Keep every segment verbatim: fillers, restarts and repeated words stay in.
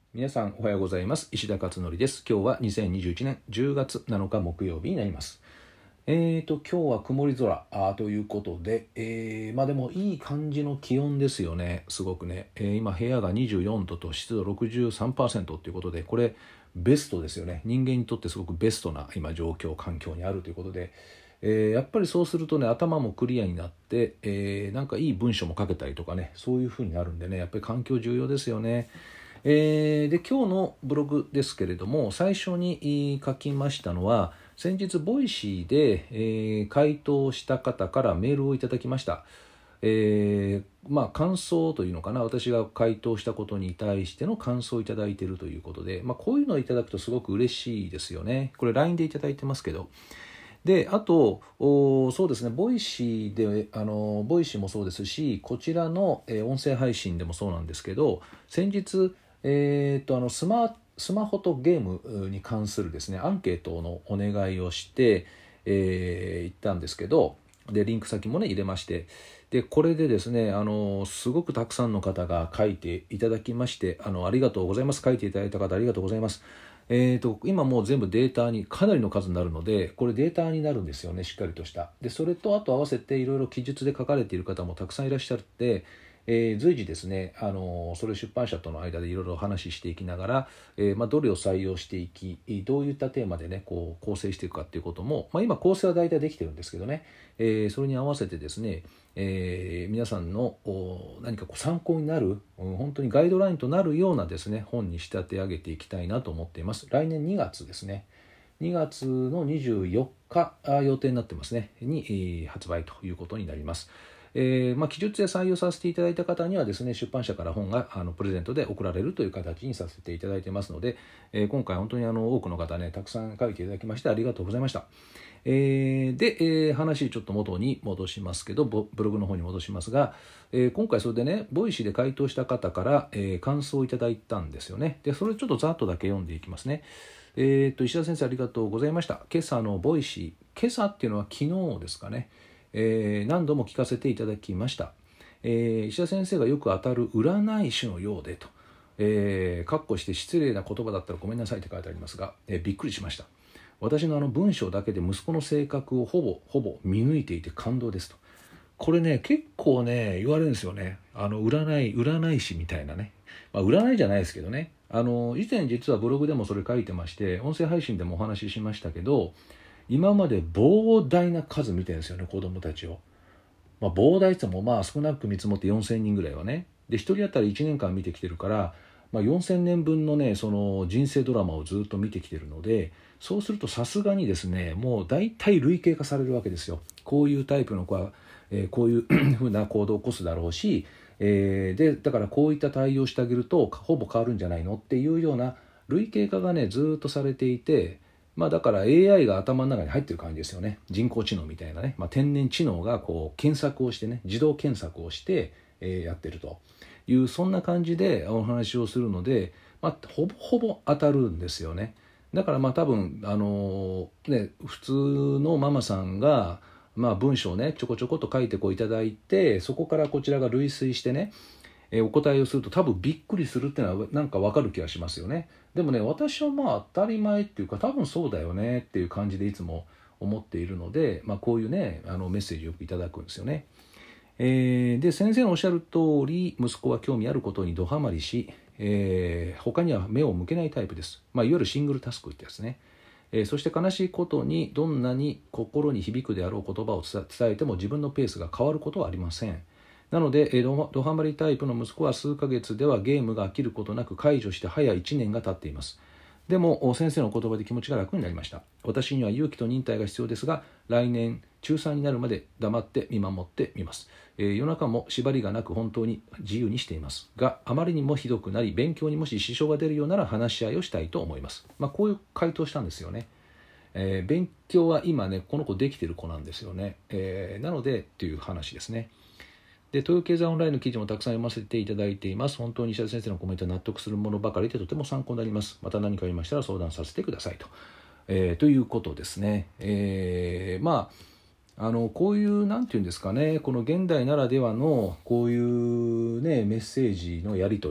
皆さんおはようございます。石田勝則です。今日はにせんにじゅういちねんじゅうがつなのか木曜日になります。えーと今日は曇り空あということで、えー、まあでもいい感じの気温ですよね。すごくね、えー、今部屋がにじゅうよんどと湿度 ろくじゅうさんパーセント ということで、これベストですよね。人間にとってすごくベストな今状況環境にあるということで、えー、やっぱりそうするとね、頭もクリアになって、えー、なんかいい文章も書けたりとかね、そういう風になるんでね、やっぱり環境重要ですよね。えー、で今日のブログですけれども、最初に書きましたのは、先日ボイシーで、えー、回答した方からメールをいただきました。えー、まあ感想というのかな、私が回答したことに対しての感想をいただいているということで、まあ、こういうのをいただくとすごく嬉しいですよね。これ ライン でいただいてますけど、であとそうですね、ボイシーであのボイシーもそうですし、こちらの、えー、音声配信でもそうなんですけど、先日えー、とあのスマスマホとゲームに関するですねアンケートのお願いをして、えー、行ったんですけど、でリンク先もね入れまして、でこれでですね、あのすごくたくさんの方が書いていただきまして、あのありがとうございます。書いていただいた方ありがとうございます。えー、と今もう全部データにかなりの数になるので、これデータになるんですよね、しっかりとした。でそれとあと合わせていろいろ記述で書かれている方もたくさんいらっしゃって、えー、随時ですね、あのそれ出版社との間でいろいろ話していきながら、えーまあ、どれを採用していき、どういったテーマでねこう構成していくかっていうことも、まあ、今構成は大体できてるんですけどね、えー、それに合わせてですね、えー、皆さんの何かこう参考になる、うん、本当にガイドラインとなるようなですね本に仕立て上げていきたいなと思っています。来年にがつですね、にがつのにじゅうよっか予定になってますねに、えー、発売ということになります。えーまあ、記述で採用させていただいた方にはですね、出版社から本があのプレゼントで送られるという形にさせていただいてますので、えー、今回本当にあの多くの方ねたくさん書いていただきましてありがとうございました。えー、で、えー、話ちょっと元に戻しますけど、ブログの方に戻しますが、えー、今回それでねボイシーで回答した方から、えー、感想をいただいたんですよね。でそれちょっとざっとだけ読んでいきますね。えー、と石田先生ありがとうございました。今朝のボイシー、今朝っていうのは昨日ですかね、えー、何度も聞かせていただきました。えー、石田先生がよく当たる占い師のようでと、えー、かっこして失礼な言葉だったらごめんなさいって書いてありますが、えー、びっくりしました。私のあの文章だけで息子の性格をほぼほぼ見抜いていて感動ですと。これね結構ね言われるんですよね。あの占い占い師みたいなね、まあ、占いじゃないですけどね、あの以前実はブログでもそれ書いてまして、音声配信でもお話ししましたけど、今まで膨大な数見てるんですよね、子供たちを。まあ、膨大って言ってもまあ少なく見積もってよんせんにんぐらいはね。でひとり当たりいちねんかん見てきてるから、まあ、よんせんねんぶんのねその人生ドラマをずっと見てきてるので、そうするとさすがにですねもう大体類型化されるわけですよ。こういうタイプの子は、えー、こういうふうな行動を起こすだろうし、えー、でだからこういった対応してあげるとほぼ変わるんじゃないのっていうような類型化がねずっとされていて、まあ、だから エーアイ が頭の中に入ってる感じですよね。人工知能みたいなね、まあ、天然知能がこう検索をしてね、自動検索をして、えー、やってるという、そんな感じでお話をするので、まあ、ほぼほぼ当たるんですよね。だからまあ多分、あのーね、普通のママさんが、まあ、文章をねちょこちょこと書いてこういただいて、そこからこちらが類推してね、えー、お答えをすると多分びっくりするっていうのはなんかわかる気がしますよね。でもね、私はまあ当たり前っていうか多分そうだよねっていう感じでいつも思っているので、まあ、こういうねあのメッセージをよくいただくんですよね。えー、で先生のおっしゃる通り、息子は興味あることにドハマりし、えー、他には目を向けないタイプです。まあ、いわゆるシングルタスクってやつね。えー、そして悲しいことに、どんなに心に響くであろう言葉を伝えても自分のペースが変わることはありません。なのでドドハマりタイプの息子は数ヶ月ではゲームが飽きることなく解除して早いちねんが経っています。でも先生の言葉で気持ちが楽になりました。私には勇気と忍耐が必要ですが、来年中さんになるまで黙って見守ってみます。えー、夜中も縛りがなく本当に自由にしていますが、あまりにもひどくなり勉強にもし支障が出るようなら話し合いをしたいと思います。まあ、こういう回答したんですよね。えー、勉強は今ねこの子できてる子なんですよね。えー、なのでっていう話ですね。で東洋経済オンラインの記事もたくさん読ませていただいています。本当に石田先生のコメントは納得するものばかりでとても参考になります。また何かありましたら相談させてくださいと、えー、ということですね。えー、まああのこういうなんていうんですかね、この現代ならではのこういうねメッセージのやり取り、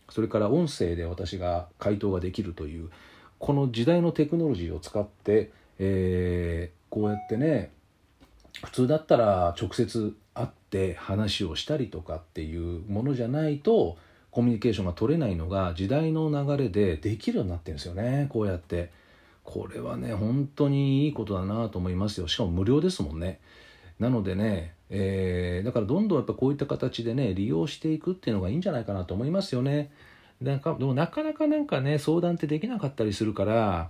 それから音声で私が回答ができるというこの時代のテクノロジーを使って、えー、こうやってね普通だったら直接会って話をしたりとかっていうものじゃないとコミュニケーションが取れないのが時代の流れでできるようになってるんですよね。こうやってこれはね本当にいいことだなと思いますよ。しかも無料ですもんね。なのでね、えー、だからどんどんやっぱこういった形でね利用していくっていうのがいいんじゃないかなと思いますよね。なんかでもなかなかなんかね相談ってできなかったりするから、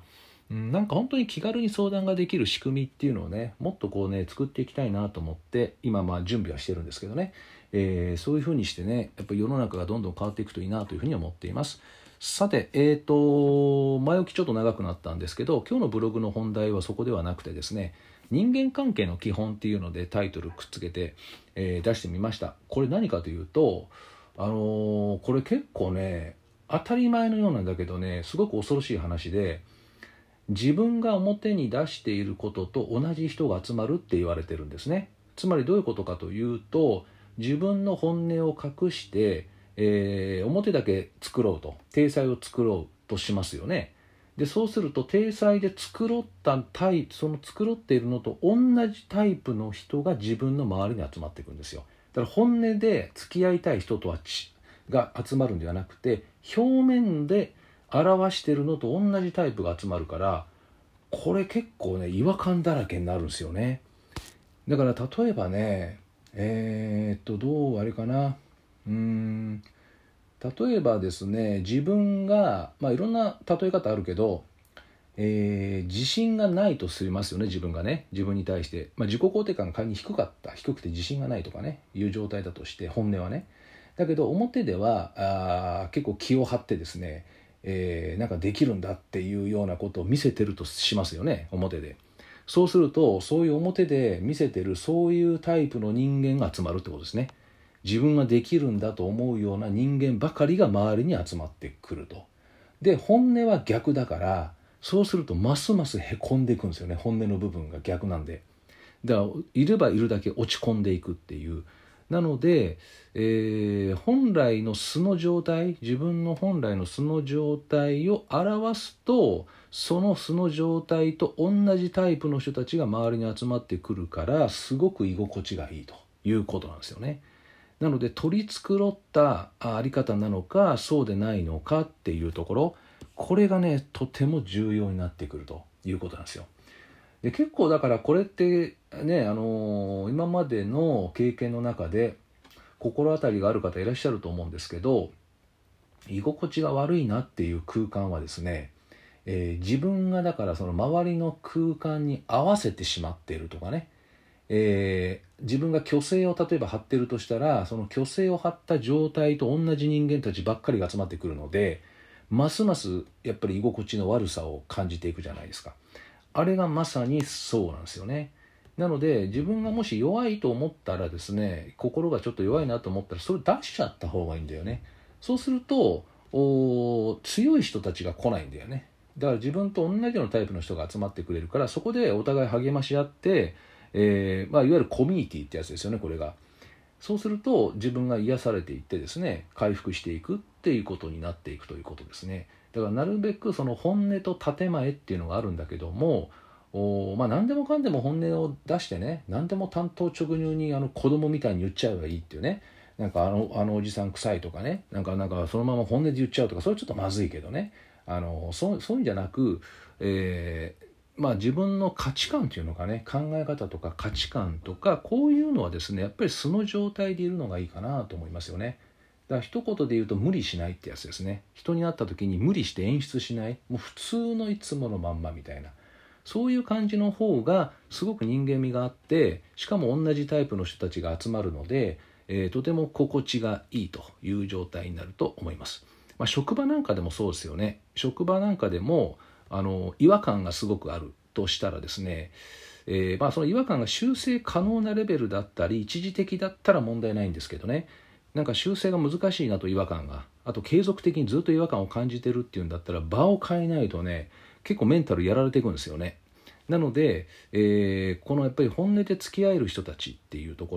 うん、なんか本当に気軽に相談ができる仕組みっていうのをねもっとこうね作っていきたいなと思って今まあ準備はしてるんですけどね、えー、そういうふうにしてねやっぱり世の中がどんどん変わっていくといいなというふうに思っています。さて、えーと前置きちょっと長くなったんですけど今日のブログの本題はそこではなくてですね人間関係の基本っていうのでタイトルくっつけて、えー、出してみました。これ何かというとあのー、これ結構ね当たり前のようなんだけどねすごく恐ろしい話で自分が表に出していることと同じ人が集まるって言われてるんですね。つまりどういうことかというと自分の本音を隠して、えー、表だけ作ろうと体裁を作ろうとしますよね。でそうすると体裁で繕ったタイプその繕っているのと同じタイプの人が自分の周りに集まっていくんですよ。だから本音で付き合いたい人とはちが集まるんではなくて表面で表してるのと同じタイプが集まるからこれ結構ね違和感だらけになるんですよね。だから例えばねえー、っとどうあれかなうーん例えばですね自分がまあいろんな例え方あるけど、えー、自信がないとしますよね。自分がね自分に対して、まあ、自己肯定感が仮に低かった低くて自信がないとかねいう状態だとして本音はねだけど表ではあ結構気を張ってですね、えー、なんかできるんだっていうようなことを見せてるとしますよね表で。そうするとそういう表で見せてるそういうタイプの人間が集まるってことですね。自分ができるんだと思うような人間ばかりが周りに集まってくると。で本音は逆だからそうするとますますへこんでいくんですよね。本音の部分が逆なんでだからいればいるだけ落ち込んでいくっていう。なので、えー、本来の素の状態自分の本来の素の状態を表すとその素の状態と同じタイプの人たちが周りに集まってくるからすごく居心地がいいということなんですよね。なので取り繕ったあり方なのかそうでないのかっていうところこれがねとても重要になってくるということなんですよ。で結構だからこれってね、あのー、今までの経験の中で心当たりがある方いらっしゃると思うんですけど居心地が悪いなっていう空間はですね、えー、自分がだからその周りの空間に合わせてしまっているとかね、えー、自分が虚勢を例えば張ってるとしたらその虚勢を張った状態と同じ人間たちばっかりが集まってくるのでますますやっぱり居心地の悪さを感じていくじゃないですか。あれがまさにそうなんですよね。なので自分がもし弱いと思ったらですね心がちょっと弱いなと思ったらそれ出しちゃった方がいいんだよね。そうすると強い人たちが来ないんだよね。だから自分と同じようなタイプの人が集まってくれるからそこでお互い励まし合って、えーまあ、いわゆるコミュニティってやつですよねこれが。そうすると自分が癒されていってですね回復していくっていうことになっていくということですね。だからなるべくその本音と建前っていうのがあるんだけどもお、まあ、何でもかんでも本音を出してね何でも単刀直入にあの子供みたいに言っちゃえばいいっていうねなんかあのあのおじさん臭いとかねなんかなんかそのまま本音で言っちゃうとかそれはちょっとまずいけどねあのそうそういうんじゃなく、えーまあ、自分の価値観っていうのかね考え方とか価値観とかこういうのはですねやっぱり素の状態でいるのがいいかなと思いますよね。だから一言で言うと無理しないってやつですね。人に会った時に無理して演出しないもう普通のいつものまんまみたいなそういう感じの方がすごく人間味があってしかも同じタイプの人たちが集まるので、えー、とても心地がいいという状態になると思います。まあ、職場なんかでもそうですよね。職場なんかでもあの違和感がすごくあるとしたらですね、えーまあ、その違和感が修正可能なレベルだったり一時的だったら問題ないんですけどねなんか修正が難しいなと違和感があと継続的にずっと違和感を感じてるっていうんだったら場を変えないとね結構メンタルやられていくんですよね。なので、えー、このやっぱり本音で付き合える人たちっていうところ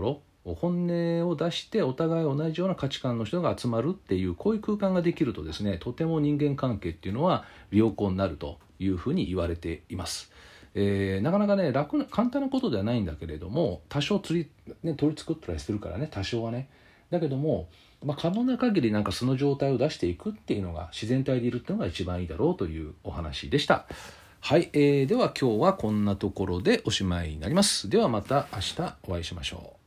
本音を出してお互い同じような価値観の人が集まるっていう、こういう空間ができるとですね、とても人間関係っていうのは良好になるというふうに言われています。えー、なかなかね楽な簡単なことではないんだけれども、多少釣り、ね、取り作ったりするからね、多少はね。だけども、まあ、可能な限りなんかその状態を出していくっていうのが、自然体でいるっていうのが一番いいだろうというお話でした。はい、えー、では今日はこんなところでおしまいになります。ではまた明日お会いしましょう。